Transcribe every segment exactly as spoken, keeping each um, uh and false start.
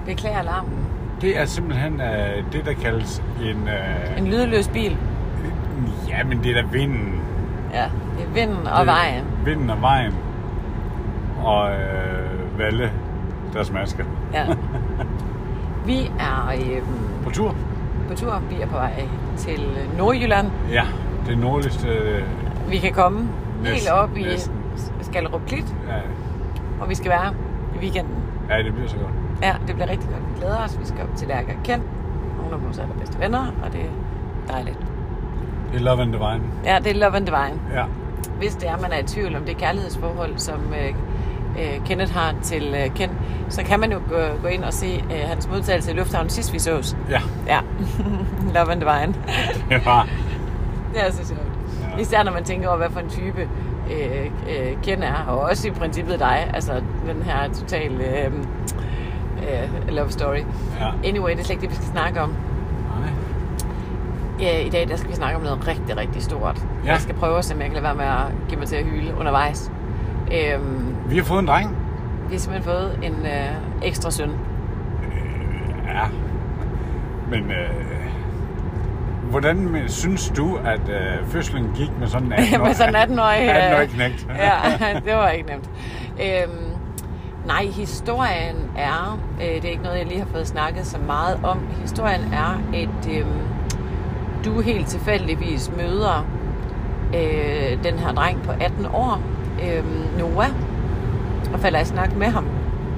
Beklager alarmen. Det er simpelthen uh, det, der kaldes en... Uh... En lydløs bil. Ja, men det er da vinden. Ja, det er vinden og vejen. Vinden og vejen. Og øh, Valle, der smasker. Ja. Vi er øh, på tur. På tur. Vi er på vej til Nordjylland. Ja, det nordligste. Øh, vi kan komme næsten, helt op i næsten. Skallerup Klit. Ja. Og vi skal være i weekenden. Ja, det bliver så godt. Ja, det bliver rigtig godt. Vi glæder os. Vi skal op til Lærke og Ken. Nogle af vores allerbedste venner, og det er dejligt. Det er love and divine. Ja, det er love and divine. Ja. Hvis det er, man er i tvivl om det kærlighedsforhold, som øh, øh, Kenneth har til øh, Ken, så kan man jo gå, gå ind og se øh, hans modtagelse i lufthavnen sidst vi sås. Ja. Ja. Love and divine. Det var. Det er så sjovt. Ja. Især når man tænker over, hvad for en type øh, øh, Ken er, og også i princippet dig. Altså den her total øh, øh, love story. Ja. Anyway, det er slet ikke det, vi skal snakke om. Ja, i dag der skal vi snakke om noget rigtig, rigtig stort. Ja. Jeg skal prøve at se, om jeg kan lade være med at give mig til at hyle undervejs. Øhm, vi har fået en dreng. Vi har simpelthen fået en øh, ekstra søn. Øh, ja. Men øh, hvordan synes du, at øh, fødslen gik med sådan en atten-årig? med sådan en atten-årig atten-årig knægt. Ja, det var ikke nemt. Øhm, nej, historien er, øh, det er ikke noget, jeg lige har fået snakket så meget om. Historien er, at øh, du helt tilfældigvis møder øh, den her dreng på atten år, øh, Noah, og falder i snak med ham.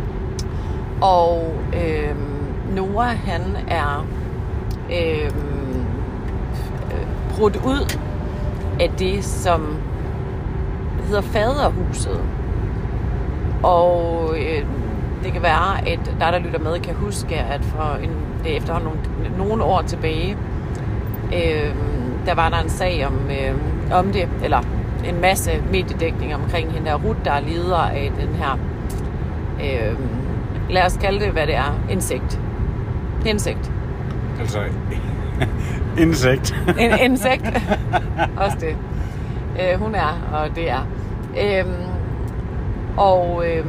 Og øh, Noah, han er øh, brudt ud af det, som hedder faderhuset. Og øh, det kan være, at der, der lytter med, kan huske, at for en, det er efterhånden nogle, nogle år tilbage, Øh, der var der en sag om, øh, om det, eller en masse mediedækning omkring hende der Ruth, der er leder af den her, øh, lad os kalde det, hvad det er, insekt. Insekt. Altså, insekt. En insekt. Også det. Øh, hun er, og det er. Øh, og øh,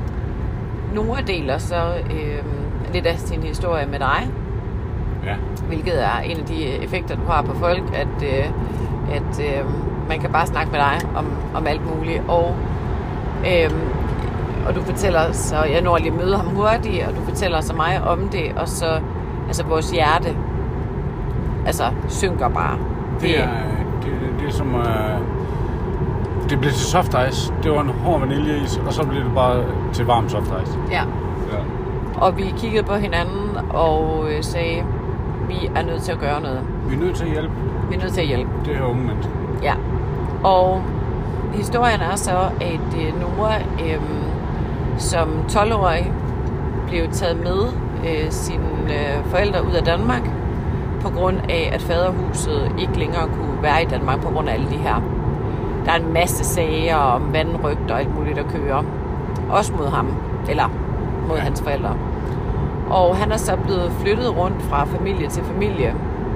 Nora deler så øh, lidt af sin historie med dig. Ja. Hvilket er en af de effekter, du har på folk, at, øh, at øh, man kan bare snakke med dig om, om alt muligt. Og, øh, og du fortæller så, jeg når lige møde ham hurtigt, og du fortæller så mig om det, og så, altså vores hjerte, altså synker bare. Det, det er, det, det er som, uh, det blev til soft ice. Det var en hård vaniljeis, og så blev det bare til varm soft ice. Ja. Ja. Og vi kiggede på hinanden og øh, sagde, vi er nødt til at gøre noget. Vi er nødt til at hjælpe. Vi er nødt til at hjælpe. Det er unge mennesker. Ja. Og historien er så, at øh, Nora øh, som tolv-årig blev taget med øh, sine øh, forældre ud af Danmark, på grund af, at faderhuset ikke længere kunne være i Danmark på grund af alle de her. Der er en masse sager om vandrygter og alt muligt, der kører. Også mod ham, eller mod ja. hans forældre. Og han er så blevet flyttet rundt fra familie til familie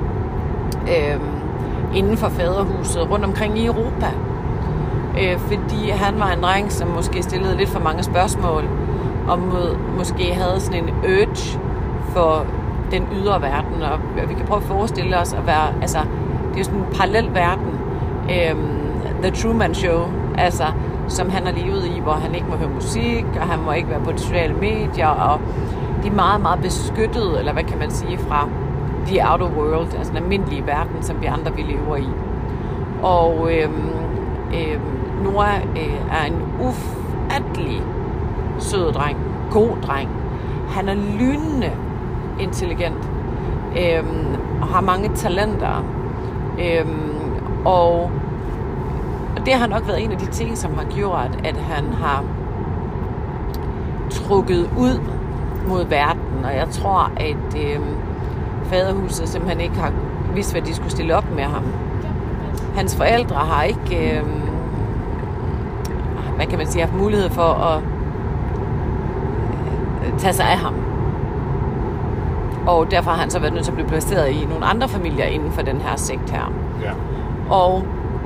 øh, inden for faderhuset rundt omkring i Europa. Øh, fordi han var en dreng, som måske stillede lidt for mange spørgsmål, og mod, måske havde sådan en urge for den ydre verden. Og vi kan prøve at forestille os at være, altså, det er jo sådan en parallel verden. Øh, The Truman Show, altså, som han har levet i, hvor han ikke må høre musik, og han må ikke være på de sociale medier, og de er meget, meget beskyttet, eller hvad kan man sige, fra the outer world, altså den almindelige verden, som vi andre vi lever i. Og øhm, øhm, Nora øh, er en ufattelig sød dreng, god dreng. Han er lynende intelligent, øhm, og har mange talenter. Øhm, og det har nok været en af de ting, som har gjort, at han har trukket ud mod verden, og jeg tror, at øh, faderhuset simpelthen ikke har vidst, hvad de skulle stille op med ham. Hans forældre har ikke, øh, hvad kan man sige, haft mulighed for at øh, tage sig af ham. Og derfor har han så været nødt til at blive placeret i nogle andre familier inden for den her sekt her. Ja. Og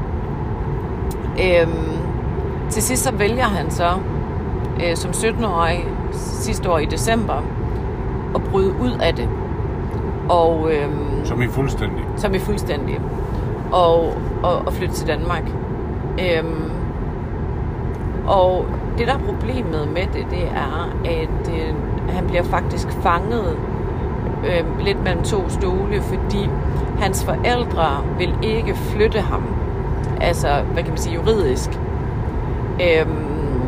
øh, til sidst så vælger han så øh, som sytten-årig sidste år i december at bryde ud af det. Og, øhm, som i fuldstændig. Som i fuldstændig. Og, og, og flytte til Danmark. Øhm, og det, der er problemet med det, det er, at øh, han bliver faktisk fanget øh, lidt mellem to stole, fordi hans forældre vil ikke flytte ham. Altså, hvad kan man sige, juridisk. Øhm,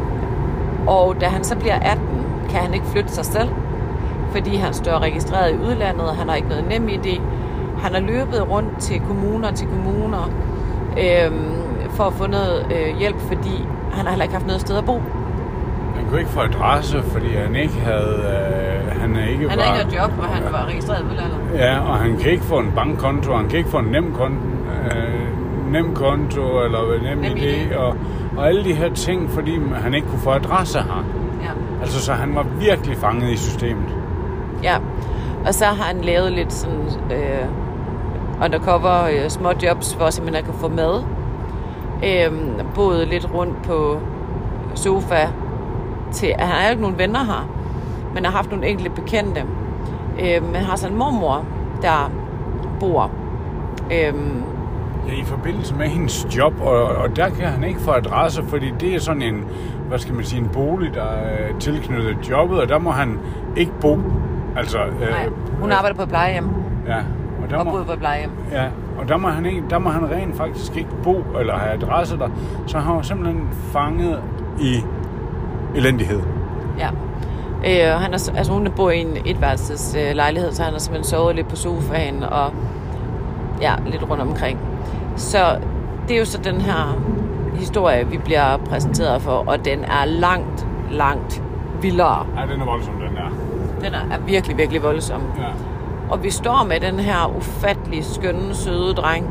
og da han så bliver atten, kan han ikke flytte sig selv, fordi han står registreret i udlandet, og han har ikke noget nem idé. Han har løbet rundt til kommuner til kommuner øhm, for at få noget øh, hjælp, fordi han har heller ikke haft noget sted at bo. Han kunne ikke få adresse, fordi han ikke havde... Øh, han er ikke han var, havde ikke noget job, og han var registreret i udlandet. Ja, og han kan ikke få en bankkonto, han kan ikke få en nem konto, øh, nem konto eller nem, nem idé, og, og alle de her ting, fordi han ikke kunne få adresse her. Ja. Altså, så han var virkelig fanget i systemet. Ja, og så har han lavet lidt sådan øh, undercover øh, små jobs, for simpelthen at kunne få mad. Øh, boet lidt rundt på sofa. Til, han har jo ikke nogen venner her, men har haft nogle enkelte bekendte. Øh, men har sådan en mormor, der bor. Øh, Ja, i forbindelse med hendes job, og, og der kan han ikke få adresse, fordi det er sådan en, hvad skal man sige, en bolig, der er tilknyttet jobbet, og der må han ikke bo. Altså, nej, hun øh, arbejder på et plejehjem. Ja. Og der og må, boede på et plejehjem. Ja, og der må, han ikke, der må han rent faktisk ikke bo, eller have adresse der, så han var simpelthen fanget i elendighed. Ja. Øh, han er, altså hun bor i en etværelses øh, lejlighed, så han har simpelthen sovet lidt på sofaen, og ja, lidt rundt omkring. Så det er jo så den her historie, vi bliver præsenteret for, og den er langt, langt vildere. Ja, den er voldsom, den er. Den er virkelig, virkelig voldsom. Ja. Og vi står med den her ufattelig skønne, søde dreng.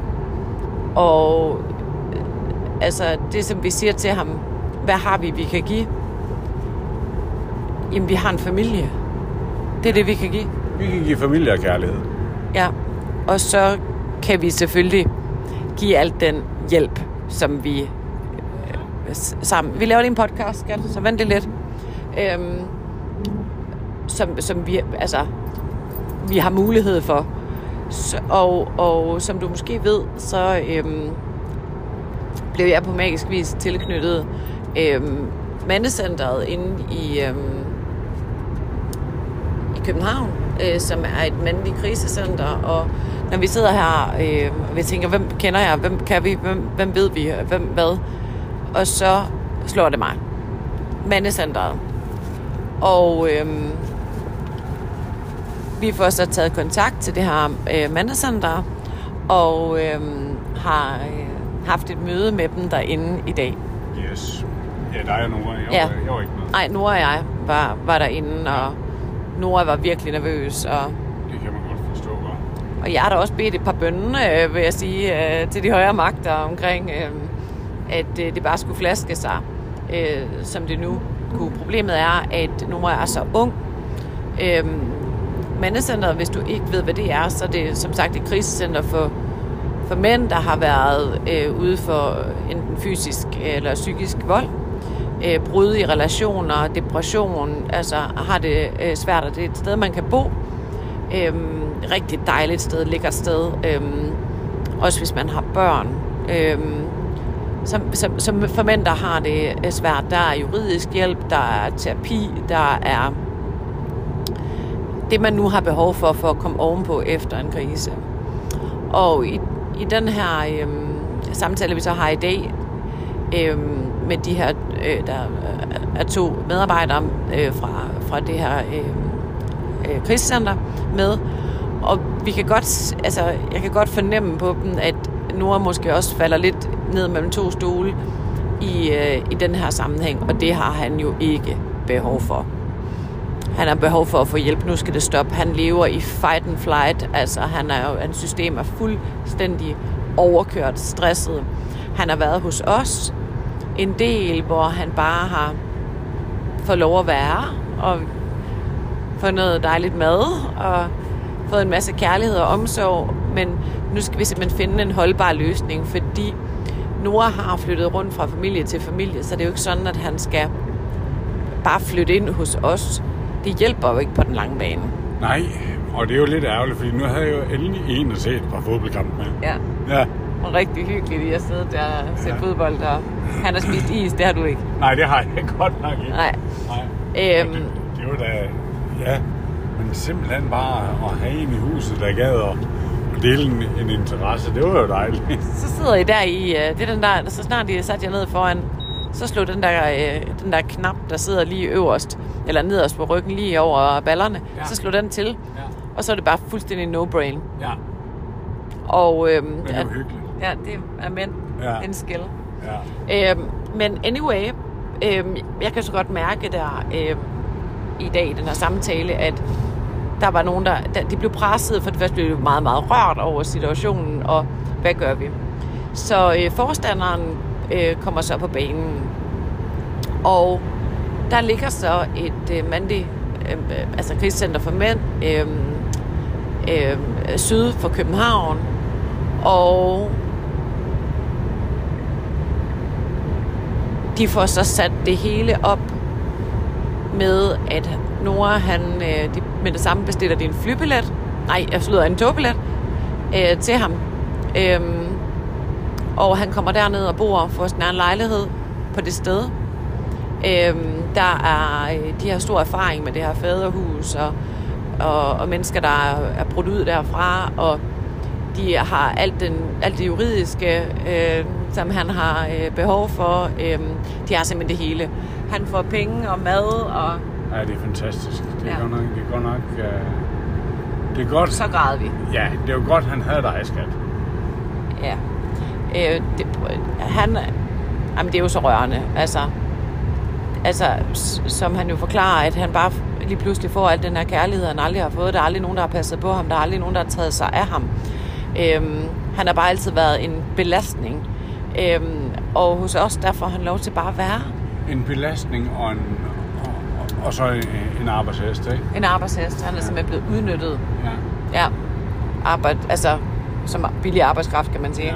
Og altså, det som vi siger til ham, hvad har vi, vi kan give? Jamen, vi har en familie. Det er det, vi kan give. Vi kan give familie og kærlighed. Ja, og så kan vi selvfølgelig give alt den hjælp, som vi øh, sammen... Vi laver lige en podcast, skat, så vent det lidt. Øhm, som, som vi, altså, vi har mulighed for. Så, og, og som du måske ved, så øhm, blev jeg på magisk vis tilknyttet øhm, mandecenteret inde i, øhm, i København, øh, som er et mandligt krisecenter, og når vi sidder her, øh, og vi tænker, hvem kender jeg, hvem kan vi, hvem, hvem ved vi, hvem hvad, og så slår det mig. Mandecenteret. Og øh, vi får så taget kontakt til det her øh, mandecenter, og øh, har øh, haft et møde med dem derinde i dag. Yes. Ja, der er Nora. Jeg, ja. var, jeg var ikke med. Nej, Nora og jeg var, var derinde, og Nora var virkelig nervøs, og det kan man godt forstå, hva'? Og jeg har da også bedt et par bønne, øh, vil jeg sige, øh, til de højere magter omkring, øh, at øh, det bare skulle flaske sig, øh, som det nu kunne. Problemet er, at Nora er så ung. Øh, Mandecenteret, hvis du ikke ved, hvad det er, så er det som sagt et krisecenter for, for mænd, der har været øh, ude for enten fysisk eller psykisk vold, øh, brud i relationer, depression, altså har det øh, svært, og det er et sted, man kan bo. Øhm, rigtig dejligt sted, lækkert sted, øhm, også hvis man har børn. Øhm, som, som, som for mænd, der har det svært, der er juridisk hjælp, der er terapi, der er det, man nu har behov for, for at komme ovenpå efter en krise. Og i, i den her øhm, samtale, vi så har i dag, øhm, med de her, øh, der er to medarbejdere øh, fra, fra det her øh, øh, krisecenter med, og vi kan godt, altså, jeg kan godt fornemme på dem, at Nora måske også falder lidt ned mellem to stole i, øh, i den her sammenhæng, og det har han jo ikke behov for. Han har behov for at få hjælp. Nu skal det stoppe. Han lever i fight and flight. Altså, han er jo, hans system er fuldstændig overkørt, stresset. Han har været hos os en del, hvor han bare har fået lov at være, og fået noget dejligt mad, og fået en masse kærlighed og omsorg. Men nu skal vi simpelthen finde en holdbar løsning, fordi Nora har flyttet rundt fra familie til familie, så det er jo ikke sådan, at han skal bare flytte ind hos os. det hjælper jo ikke på den lange bane. Nej, og det er jo lidt ærgerligt, fordi nu havde jeg jo endelig en at se et par fodboldkampe med. Ja. Ja. Og rigtig hyggeligt i at sidde der og se ja. fodbold, og han har spist is, det har du ikke. Nej, det har jeg godt nok ikke. Nej. Nej. Øhm, det, det var da, ja, men simpelthen bare at have en i huset, der gad at dele en, en interesse, det var jo dejligt. Så sidder I der i, det er den der, så snart I satte jer ned foran, så slog den der, den der knap, der sidder lige øverst, eller nederst på ryggen, lige over ballerne, ja. Så slog den til, ja. Og så er det bare fuldstændig no-brain. Ja. Og øhm, det er jo hyggeligt. Ja, det er mænd. Ja. En skill. Ja. Øhm, men anyway, øhm, jeg kan så godt mærke der øhm, i dag i den her samtale, at der var nogen, der, der de blev presset, for det første blev de meget, meget rørt over situationen, og hvad gør vi? Så øh, forstanderen øh, kommer så på banen, og der ligger så et øh, mandligt, øh, altså krigscenter for mænd, øh, øh, syd for København, og de får så sat det hele op med, at Nora, han, øh, de, med det samme bestiller de en flybillet, nej, jeg slutter en togbillet, øh, til ham. Øhm, og han kommer derned og bor for sin egen lejlighed på det sted. Øhm, der er, de har stor erfaring med det her faderhus, og, og, og mennesker, der er, er brudt ud derfra, og de har alt, den, alt det juridiske, øh, som han har øh, behov for. Øh, de har simpelthen det hele. Han får penge og mad. Og ja, det er fantastisk. Det er ja. godt nok... Det er godt nok uh, det er godt. Så græd vi. Ja, det er jo godt, han havde dig, skat. Ja. Øh, det, han... Jamen, det er jo så rørende. Altså, altså, som han jo forklarer, at han bare lige pludselig får al den her kærlighed, han aldrig har fået. Der er aldrig nogen, der har passet på ham. Der er aldrig nogen, der har taget sig af ham. Øhm, han har bare altid været en belastning. Øhm, og hos os, der får han lov til bare at være. En belastning og en... Og, og så en, en arbejdshest, ikke? En arbejdshest. Han er ja. simpelthen blevet udnyttet. Ja. Ja. Arbejde, altså, som billig arbejdskraft, kan man sige. Ja.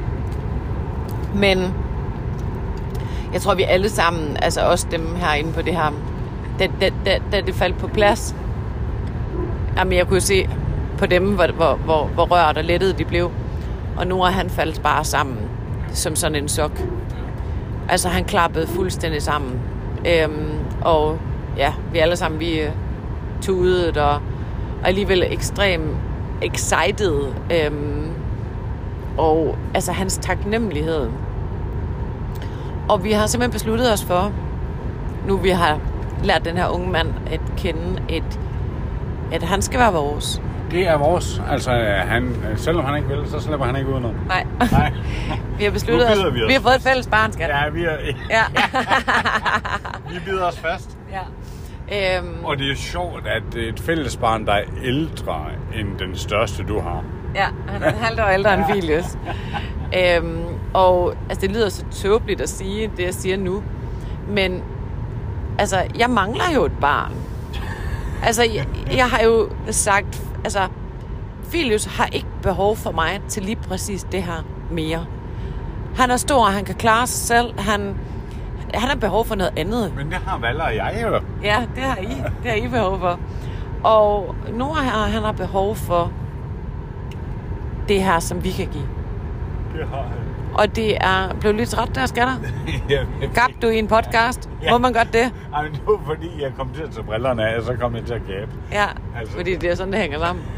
Men jeg tror, vi alle sammen, altså også dem herinde på det her, da, da, da, da det faldt på plads, jamen jeg kunne se på dem, hvor, hvor, hvor, hvor rørt og lettet de blev. Og nu er han faldt bare sammen, som sådan en sok. Altså han klappede fuldstændig sammen. Øhm, og ja, vi alle sammen, vi uh, tudede og, og alligevel ekstremt excited. Øhm, og altså hans taknemmelighed. Og vi har simpelthen besluttet os for, nu vi har lært den her unge mand at kende, et, at han skal være vores. Det er vores. Altså, han, selvom han ikke vil, så slipper han ikke ud noget. Nej. Nej. Vi har besluttet os. Vi, os. vi har fået et fælles barn, skat. Ja, vi er... Ja. Vi bider os fast. Ja. Øhm... Og det er sjovt, at et fælles barn, der er ældre end den største, du har. Ja, han er en halvt år ældre end Filius. øhm, og altså, det lyder så tåbeligt at sige det, jeg siger nu. Men altså, jeg mangler jo et barn. Altså, jeg, jeg har jo sagt, altså, Filius har ikke behov for mig til lige præcis det her mere. Han er stor, han kan klare sig selv, han, han har behov for noget andet. Men det har Valler og jeg jo. Ja, det har I, det har I behov for. Og nu har han har behov for det her, som vi kan give. Det har han. Og det er blevet lidt træt der, skatter. Gab du i en podcast? Ja. Må man godt det? Ej, men det var fordi, jeg kom til at tage brillerne af, og så kom jeg til at gabe. Ja, altså. Fordi det er sådan, det hænger sammen.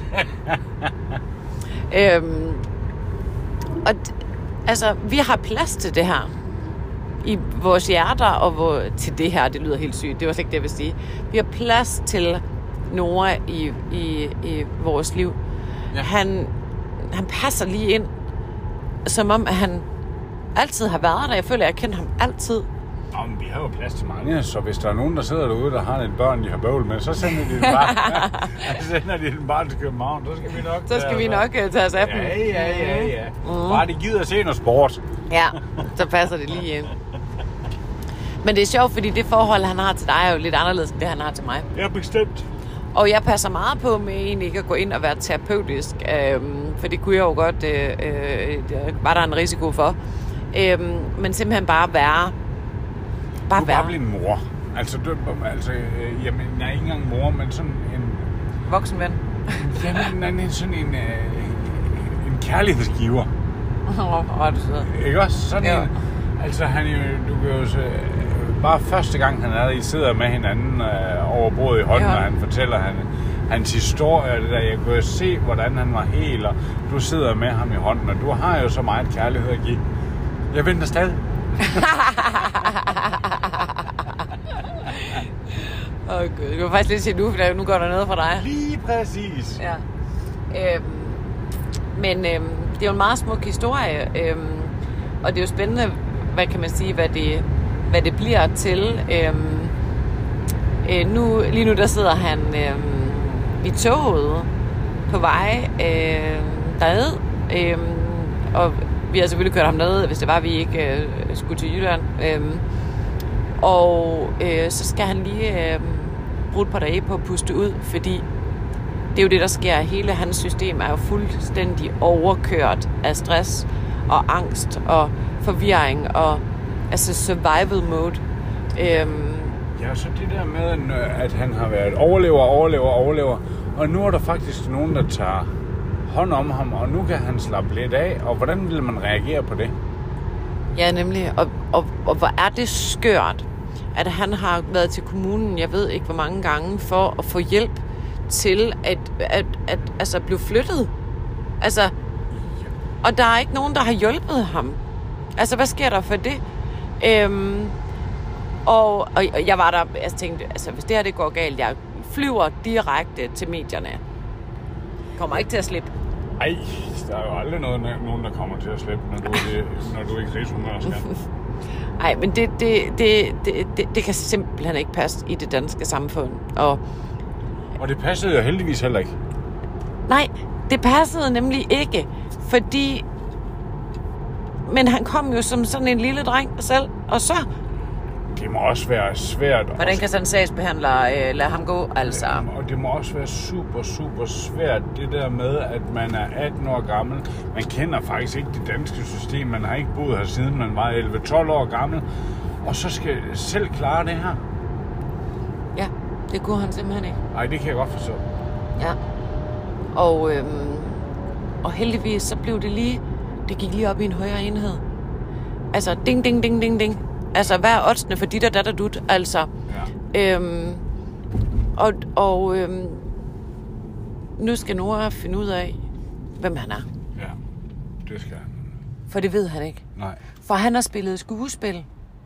øhm, og d- altså, vi har plads til det her. I vores hjerter, og hvor, til det her, det lyder helt sygt. Det var ikke det, jeg vil sige. Vi har plads til Nora i, i, i vores liv. Ja. Han, han passer lige ind. Som om, at han altid har været der. Jeg føler, at jeg kender ham altid. Nå, men vi har jo plads til mange, så hvis der er nogen, der sidder derude, der har lidt børn, de har bøvl med, så sender de den bare, så sender de den bare til København. Så skal vi nok, så skal vi nok uh, tage os af dem. Ja, ja, ja, ja. Mm. Bare de gider at se noget sport. Ja, så passer det lige ind. Men det er sjovt, fordi det forhold, han har til dig, er jo lidt anderledes, end det, han har til mig. Ja, bestemt. Og jeg passer meget på med egentlig ikke at gå ind og være terapeutisk, øhm, for det kunne jeg jo godt, øh, øh, var der en risiko for. Øhm, men simpelthen bare være. Bare du være. bare blive en mor. Altså, du, altså øh, jamen, jeg er ikke engang mor, men sådan en... Voksenven? Jamen, han er sådan en, øh, en kærlighedsgiver. Åh, oh, du sidder. Ikke også? Sådan ja. en... Altså, han jo, du kan jo... Øh, bare første gang, han er der, I sidder med hinanden øh, over bordet i hånden, ja. Og han fortæller han, hans historie, det der, jeg kunne jo se, hvordan han var helt, og du sidder med ham i hånden, og du har jo så meget kærlighed at give. Jeg venter stadig. Åh oh, gud, du var faktisk lidt til nu, for nu går der noget fra dig. Lige præcis. Ja. Øhm, men øhm, det er jo en meget smuk historie, øhm, og det er jo spændende, hvad kan man sige, hvad det, hvad det bliver til. Øhm, øh, nu, lige nu der sidder han øhm, i toget på vej øh, derned, øh, og vi har selvfølgelig kørt ham ned, hvis det var, vi ikke øh, skulle til Jylland. Øh, og øh, så skal han lige øh, bruge et par dage på at puste ud, fordi det er jo det, der sker. Hele hans system er jo fuldstændig overkørt af stress og angst og forvirring og altså survival mode. Øh, Ja, så det der med, at han har været overlever, overlever, overlever, og nu er der faktisk nogen, der tager hånd om ham, og nu kan han slappe lidt af, og hvordan vil man reagere på det? Ja, nemlig, og, og, og hvor er det skørt, at han har været til kommunen, jeg ved ikke hvor mange gange, for at få hjælp til at, at, at altså blive flyttet. Altså, og der er ikke nogen, der har hjulpet ham. Altså, hvad sker der for det? Øhm, og, og jeg var der, jeg tænkte, altså, hvis det her det går galt, jeg flyver direkte til medierne. Kommer ikke til at slippe. Ej, der er jo aldrig noget, nogen, der kommer til at slippe, når du er, når du er i krigshumør. Nej, men det, det, det, det, det, det kan simpelthen ikke passe i det danske samfund. Og, og det passede jo heldigvis heller ikke. Nej, det passede nemlig ikke, fordi... Men han kom jo som sådan en lille dreng selv, og så... Det må også være svært... Hvordan kan sådan en sagsbehandler øh, lade ham gå, altså? Og det må også være super, super svært, det der med, at man er atten år gammel. Man kender faktisk ikke det danske system. Man har ikke boet her siden man var elleve tolv år gammel. Og så skal selv klare det her. Ja, det kunne han simpelthen ikke. Nej, det kan jeg godt forstå. Ja. Og, øhm, og heldigvis, så blev det lige... Det gik lige op i en højere enhed. Altså, ding, ding, ding, ding, ding. Altså, hvad er oddsene for dit og dat og dut? Altså, ja. øhm, og, og øhm, nu skal Nora finde ud af, hvem han er. Ja, det skal han. For det ved han ikke. Nej. For han har spillet skuespil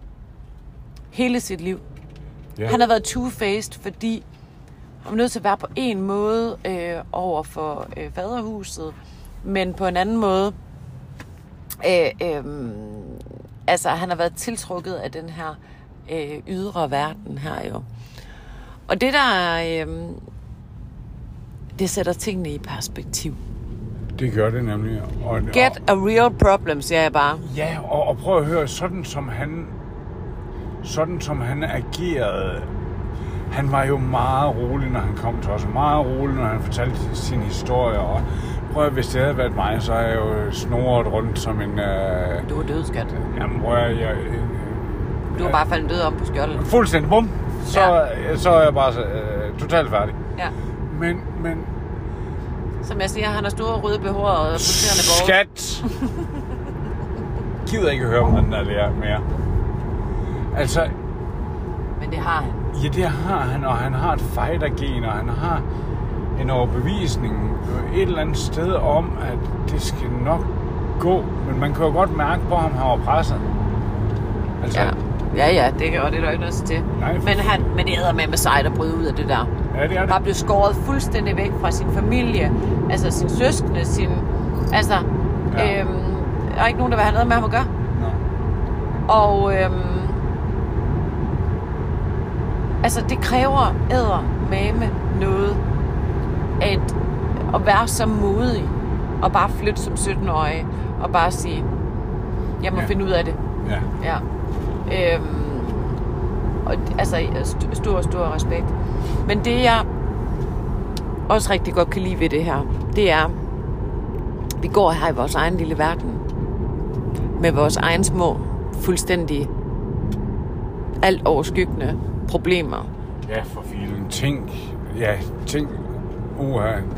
hele sit liv. Ja. Han har været two-faced, fordi han var nødt til at være på en måde øh, over for øh, faderhuset, men på en anden måde... Øh, øh, altså, han har været tiltrukket af den her øh, ydre verden her jo. Og det der, øh, det sætter tingene i perspektiv. Det gør det nemlig. Og, Get a real problem, siger jeg bare. Ja, og, og prøv at høre, sådan som han, sådan som han agerede. Han var jo meget rolig, når han kom til os. Meget rolig, når han fortalte sin historie. Og prøv at, hvis det havde været mig, så er jeg jo snoret rundt som en... Øh... Du er død, skat. Jamen, prøv at, jeg... Øh, du er bare faldet død om på skjoldet. Fuldstændig, bum. Så, ja. Så er jeg bare øh, totalt færdig. Ja. Men, men... Som jeg siger, han har store røde behårede og pulserende borger. Skat! Gider ikke høre om den der lærer mere. Altså... Men det har han. Ja, det har han, og han har et fighter-gen, og han har en overbevisning et eller andet sted om, at det skal nok gå. Men man kan jo godt mærke på ham, han var presset. Altså, ja. ja, ja, det kan, og det er der ikke noget til. Nej, men, han, men det æder med med sejt at bryde ud af det der. Ja, det er det. Bare blev skåret fuldstændig væk fra sin familie, altså sin søskende, sin... Altså, ja. øhm, der er ikke nogen, der vil have noget med ham at gøre. Nå. Og... Øhm, altså, det kræver eddermame noget at, at være så modig og bare flytte som sytten-årig og bare sige, jeg må ja. finde ud af det. Ja. Ja. Øhm, og altså, stor, stor respekt. Men det, jeg også rigtig godt kan lide ved det her, det er, vi går her i vores egen lille verden med vores egen små, fuldstændig alt overskyggende problemer. Ja, for filen. Tænk, ja, tænk, uha, øh,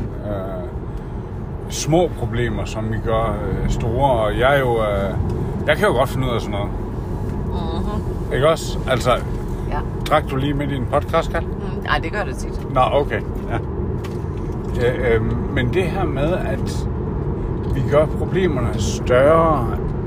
små problemer, som vi gør øh, store, og jeg er jo, øh, jeg kan jo godt finde ud af sådan noget. Mm-hmm. Ikke også? Altså, ja. Drak du lige midt i en podcast, Kat? Mm, nej, det gør det tit. Nå, okay, ja. ja øh, men det her med, at vi gør problemerne større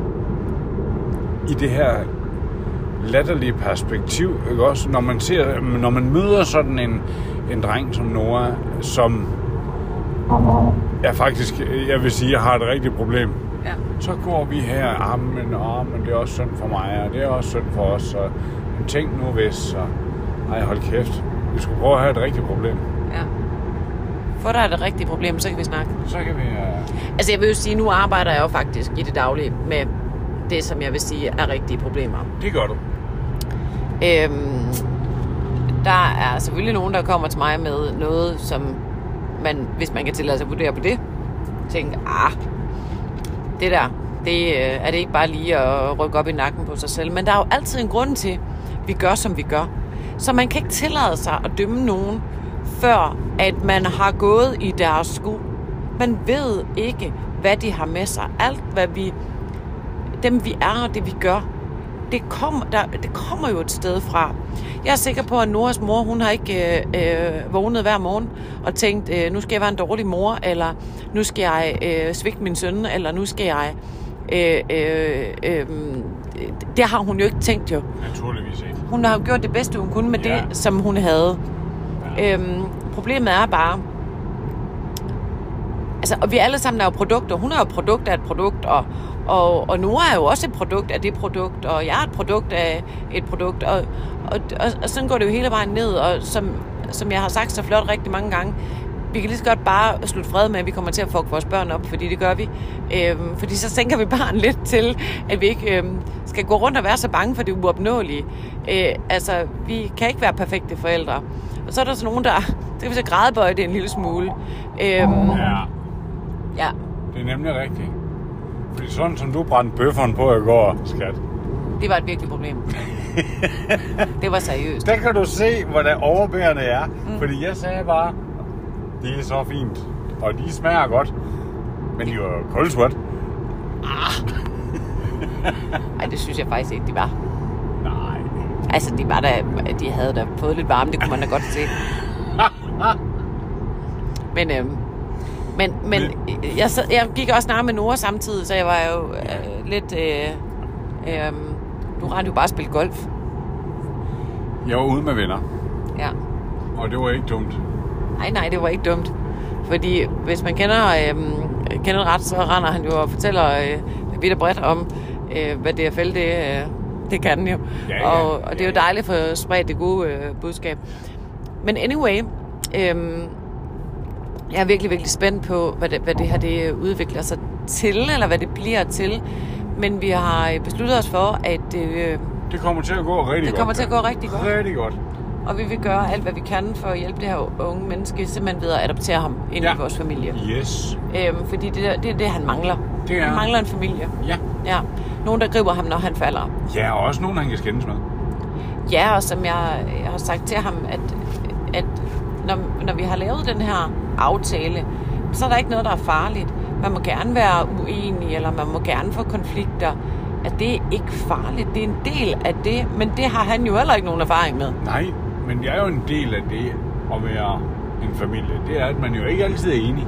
i det her latterlige perspektiv, ikke også? Når man ser, når man møder sådan en, en dreng som Noah, som jeg faktisk, jeg vil sige, jeg har et rigtigt problem. Ja. Så går vi her, ah, men, ah, men det er også synd for mig, og det er også synd for os, og tænk nu hvis, og ej, hold kæft, vi skulle prøve at have et rigtigt problem. Ja. For der er et rigtigt problem, så kan vi snakke. Så kan vi... Uh... Altså jeg vil jo sige, nu arbejder jeg jo faktisk i det daglige med det, som jeg vil sige er rigtige problemer. Det gør du. Øhm, der er selvfølgelig nogen, der kommer til mig med noget, som man, hvis man kan tillade sig at vurdere på det, tænker, ah, det der, det er det ikke bare lige at rykke op i nakken på sig selv. Men der er jo altid en grund til, at vi gør, som vi gør. Så man kan ikke tillade sig at dømme nogen, før at man har gået i deres sko. Man ved ikke, hvad de har med sig. Alt, hvad vi, dem vi er og det vi gør, det kommer, der, det kommer jo et sted fra. Jeg er sikker på, at Noras mor, hun har ikke øh, vågnet hver morgen og tænkt, øh, nu skal jeg være en dårlig mor, eller nu skal jeg øh, svigte min søn, eller nu skal jeg... Øh, øh, øh, det har hun jo ikke tænkt jo. Naturligvis ikke. Hun har jo gjort det bedste, hun kunne med ja. det, som hun havde. Ja. Øhm, problemet er bare... Altså, og vi alle sammen er jo produkter. Hun er jo produkt af et produkt, og, og, og Nora er jo også et produkt af det produkt, og jeg er et produkt af et produkt, og, og, og, og sådan går det jo hele vejen ned, og som, som jeg har sagt så flot rigtig mange gange, vi kan lige så godt bare slutte fred med, at vi kommer til at fuck vores børn op, fordi det gør vi. Øhm, fordi så tænker vi bare lidt til, at vi ikke øhm, skal gå rundt og være så bange for det uopnåelige. Øh, altså, vi kan ikke være perfekte forældre. Og så er der så nogen, der... Så kan vi så grædebøje det en lille smule. Øhm, ja. Ja. Det er nemlig rigtigt. Fordi sådan som du brændte bøfferen på i går, skat. Det var et virkelig problem. Det var seriøst. Der kan du se, hvordan overbærende er. Mm. Fordi jeg sagde bare, det er så fint. Og de smager godt. Men de var kulsort. Ah. Ej, det synes jeg faktisk ikke, de var. Nej. Altså, de var da, de havde da fået lidt varme, det kunne man da godt se. Men, øhm, men, men jeg, sad, jeg gik også snart med Nora samtidig, så jeg var jo øh, lidt... Øh, øh, du rendte jo bare at spille golf. Jeg var ude med venner. Ja. Og det var ikke dumt. Nej, nej, det var ikke dumt. Fordi hvis man kender øh, kender ret, så render han jo og fortæller øh, vidt og bredt om, øh, hvad D F L det, øh, det kan den jo. Ja, ja, og, og det er ja, jo dejligt for at sprede det gode øh, budskab. Men anyway, øh, jeg er virkelig, virkelig spændt på, hvad det, hvad det her det udvikler sig til, eller hvad det bliver til. Men vi har besluttet os for, at... Øh, det kommer til at gå rigtig godt. Det kommer godt, til at gå rigtig godt. Rigtig godt. Og vi vil gøre alt, hvad vi kan for at hjælpe det her unge menneske, simpelthen ved at adoptere ham ind ja. i vores familie. Yes. Øhm, fordi det er det, det, han mangler. Det er. Han mangler en familie. Ja. Ja. Nogen, der griber ham, når han falder. Ja, og også nogen, han kan skændes med. Ja, og som jeg, jeg har sagt til ham, at, at når, når vi har lavet den her aftale, så er der ikke noget, der er farligt. Man må gerne være uenig, eller man må gerne få konflikter. At det er ikke farligt. Det er en del af det, men det har han jo heller ikke nogen erfaring med. Nej, men det er jo en del af det at være en familie. Det er, at man jo ikke altid er enig.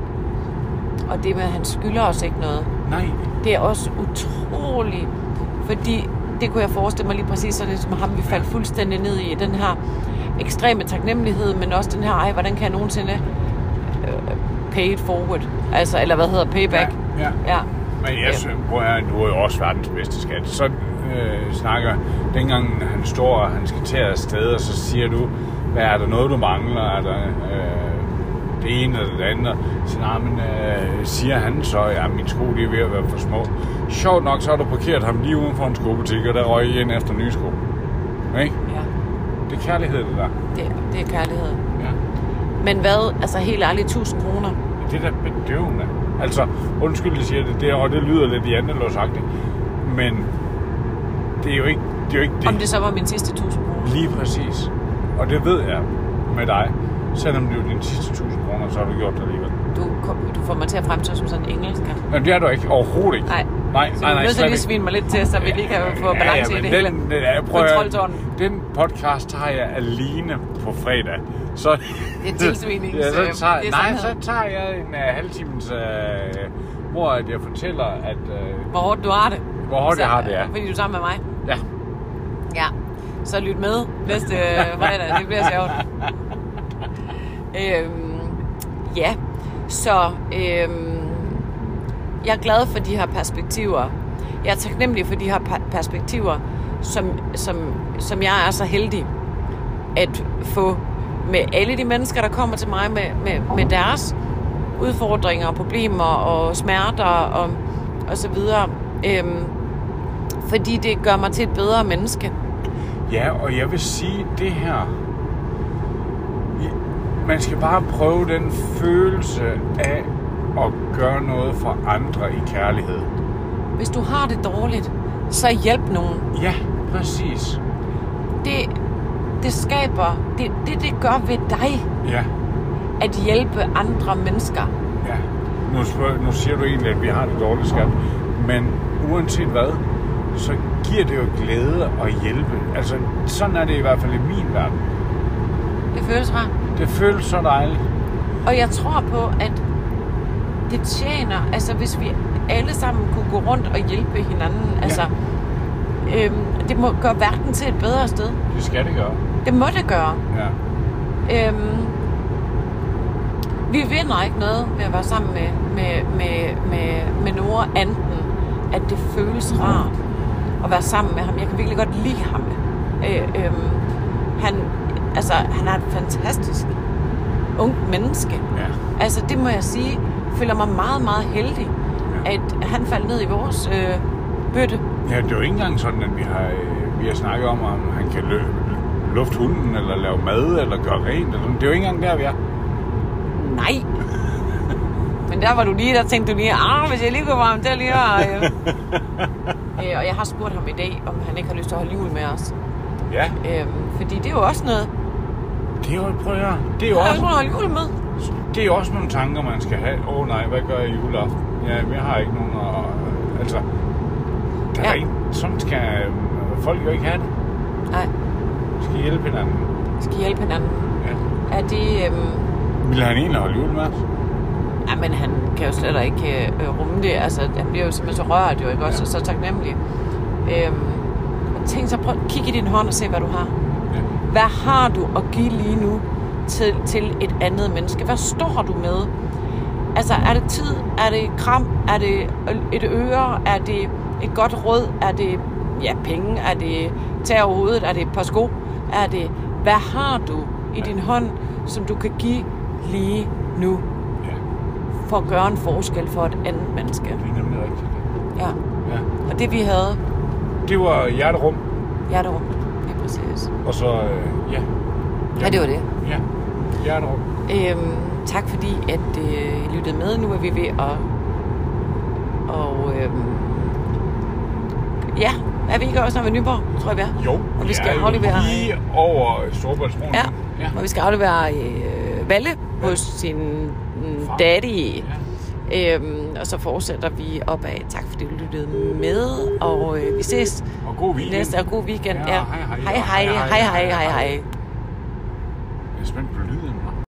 Og det med, at han skylder os ikke noget. Nej. Det er også utroligt, fordi det kunne jeg forestille mig lige præcis sådan, som ham vi faldt fuldstændig ned i. Den her ekstreme taknemmelighed, men også den her, ej, hvordan kan jeg nogensinde uh, pay it forward? Altså, eller hvad hedder payback? Ja, ja. ja. Men jeg synes, prøv at du er jo også verdens bedste skat. Så øh, snakker, dengang han står, og han skal til afsted, og så siger du, hvad er der noget, du mangler? Er der øh, det ene eller det andet? Så nej, men øh, siger han så, ja, mine sko, de er ved at være for små. Sjovt nok, så har du parkeret ham lige uden for en skobutik, og der røg I ind efter nye sko. Ikke? Ja. Det er kærlighed, det der. Det, det er kærlighed. Ja. Men hvad, altså helt ærligt, tusind kroner? Det er da bedøvende. Altså, undskyld, jeg siger det, det, og det lyder lidt jantelåsagtigt, men det er jo ikke det er jo ikke det. Om det så var min sidste tusind kroner. Lige præcis. Og det ved jeg med dig. Selvom det er din sidste tusind kroner, så har du gjort det alligevel. Du, du får mig til at fremstå som sådan en engelsk. Men det er du ikke. Overhovedet ikke. Nej. Nej, så nej, nej. Så du er nødt til lige at svine mig lidt til, så vi lige kan få balance ja, ja, i det den, hele. Den, jeg prøver, Kontroltårnen. Den podcast tager jeg alene på fredag. Så, det er en tilsvinings... ja, så tager, det er nej, så tager jeg en uh, halvtimes... Uh, hvor at jeg fortæller, at... Uh, hvor hårdt du har det. Hvor hårdt så, jeg har det, ja. Fordi du er sammen med mig. Ja. Ja. Så lyt med næste fredag. Det bliver sjovt. øhm, ja. Så... Øhm, jeg er glad for de her perspektiver. Jeg er taknemmelig for de her perspektiver, som, som, som jeg er så heldig at få med alle de mennesker, der kommer til mig med, med, med deres udfordringer, problemer og smerter og, og så videre. Øhm, fordi det gør mig til et bedre menneske. Ja, og jeg vil sige det her. Man skal bare prøve den følelse af at gøre noget for andre i kærlighed. Hvis du har det dårligt, så hjælp nogen. Ja, præcis. Det, det skaber, det, det, det gør ved dig, ja. At hjælpe andre mennesker. Ja, nu, spørger, nu siger du egentlig, at vi har det dårligt, skat. Men uanset hvad, så giver det jo glæde at hjælpe. Altså, sådan er det i hvert fald i min verden. Det føles rart. Det føles så dejligt. Og jeg tror på, at det tjener, altså hvis vi alle sammen kunne gå rundt og hjælpe hinanden, ja. Altså, øhm, det må gøre verden til et bedre sted. Det skal det gøre. Det må det gøre. Ja. Øhm, vi vinder ikke noget ved at være sammen med, med, med, med, med Nora, anden, at det føles rart at være sammen med ham. Jeg kan virkelig godt lide ham. Øh, øhm, han, altså, han er et fantastisk ungt menneske. Ja. Altså, det må jeg sige. Jeg føler mig meget, meget heldig, ja. At han faldt ned i vores øh, bøtte. Ja, det er jo ikke engang sådan, at vi har, øh, vi har snakket om, om han kan lø- lufte hunden, eller lave mad, eller gøre rent. Eller det er jo ikke engang der, vi er. Nej. Men der var du lige, der tænkte du lige, ah, hvis jeg lige kunne varme til lige her. Øh. øh, og jeg har spurgt ham i dag, om han ikke har lyst til at holde jul med os. Ja. Øh, fordi det er jo også noget. Det er jo, prøv at høre. Det er jo jeg også... Jeg holde jul med. Det er jo også nogle tanker, man skal have. Åh oh, nej, hvad gør jeg juleaften? Ja, jeg har ikke nogen at... Altså, der ja. Er ikke... Sådan skal folk jo ikke have det. Nej. Vi skal hjælpe hinanden. Vi skal hjælpe hinanden. Ja. Er det... Øhm... Vil han egentlig holde jul med os? Ja, men han kan jo slet ikke øh, rumme det. Altså, han bliver jo simpelthen så rørt jo, ikke også? Ja. Og så taknemmelig. Øhm... Tænk så, prøv at kigge i din hånd og se, hvad du har. Ja. Hvad har du at give lige nu til, til et andet menneske? Hvad står du med? Altså, er det tid? Er det kram? Er det et øre? Er det et godt råd? Er det, ja, penge? Er det tag over hovedet? Er det et par sko? Er det, hvad har du i din hånd, som du kan give lige nu? Ja. For at gøre en forskel for et andet menneske. Det er nemlig rigtigt. Ja. Ja. Og det vi havde... Det var hjerterum. Hjerterum, det er præcis. Og så, øh, ja. Ja, det var det. Ja, hjerterum. Øhm, tak fordi, at øh, I lyttede med. Nu er vi ved at... Og... Øhm, ja, er vi ikke også ved Nyborg, tror jeg vi er? Jo, og vi skal er aflevere, lige over Storebæltsbroen. Ja, ja, og vi skal aflevere øh, Valle ja. Hos sin mm, daddy. Ja. Øhm, og så fortsætter vi opad. Tak fordi du lyttede med, og øh, vi ses. Og god weekend. Næste, og god weekend. Ja, Ja. Hej, hej, hej, hej, hej, hej, hej, hej. Jeg er spændt på lyden.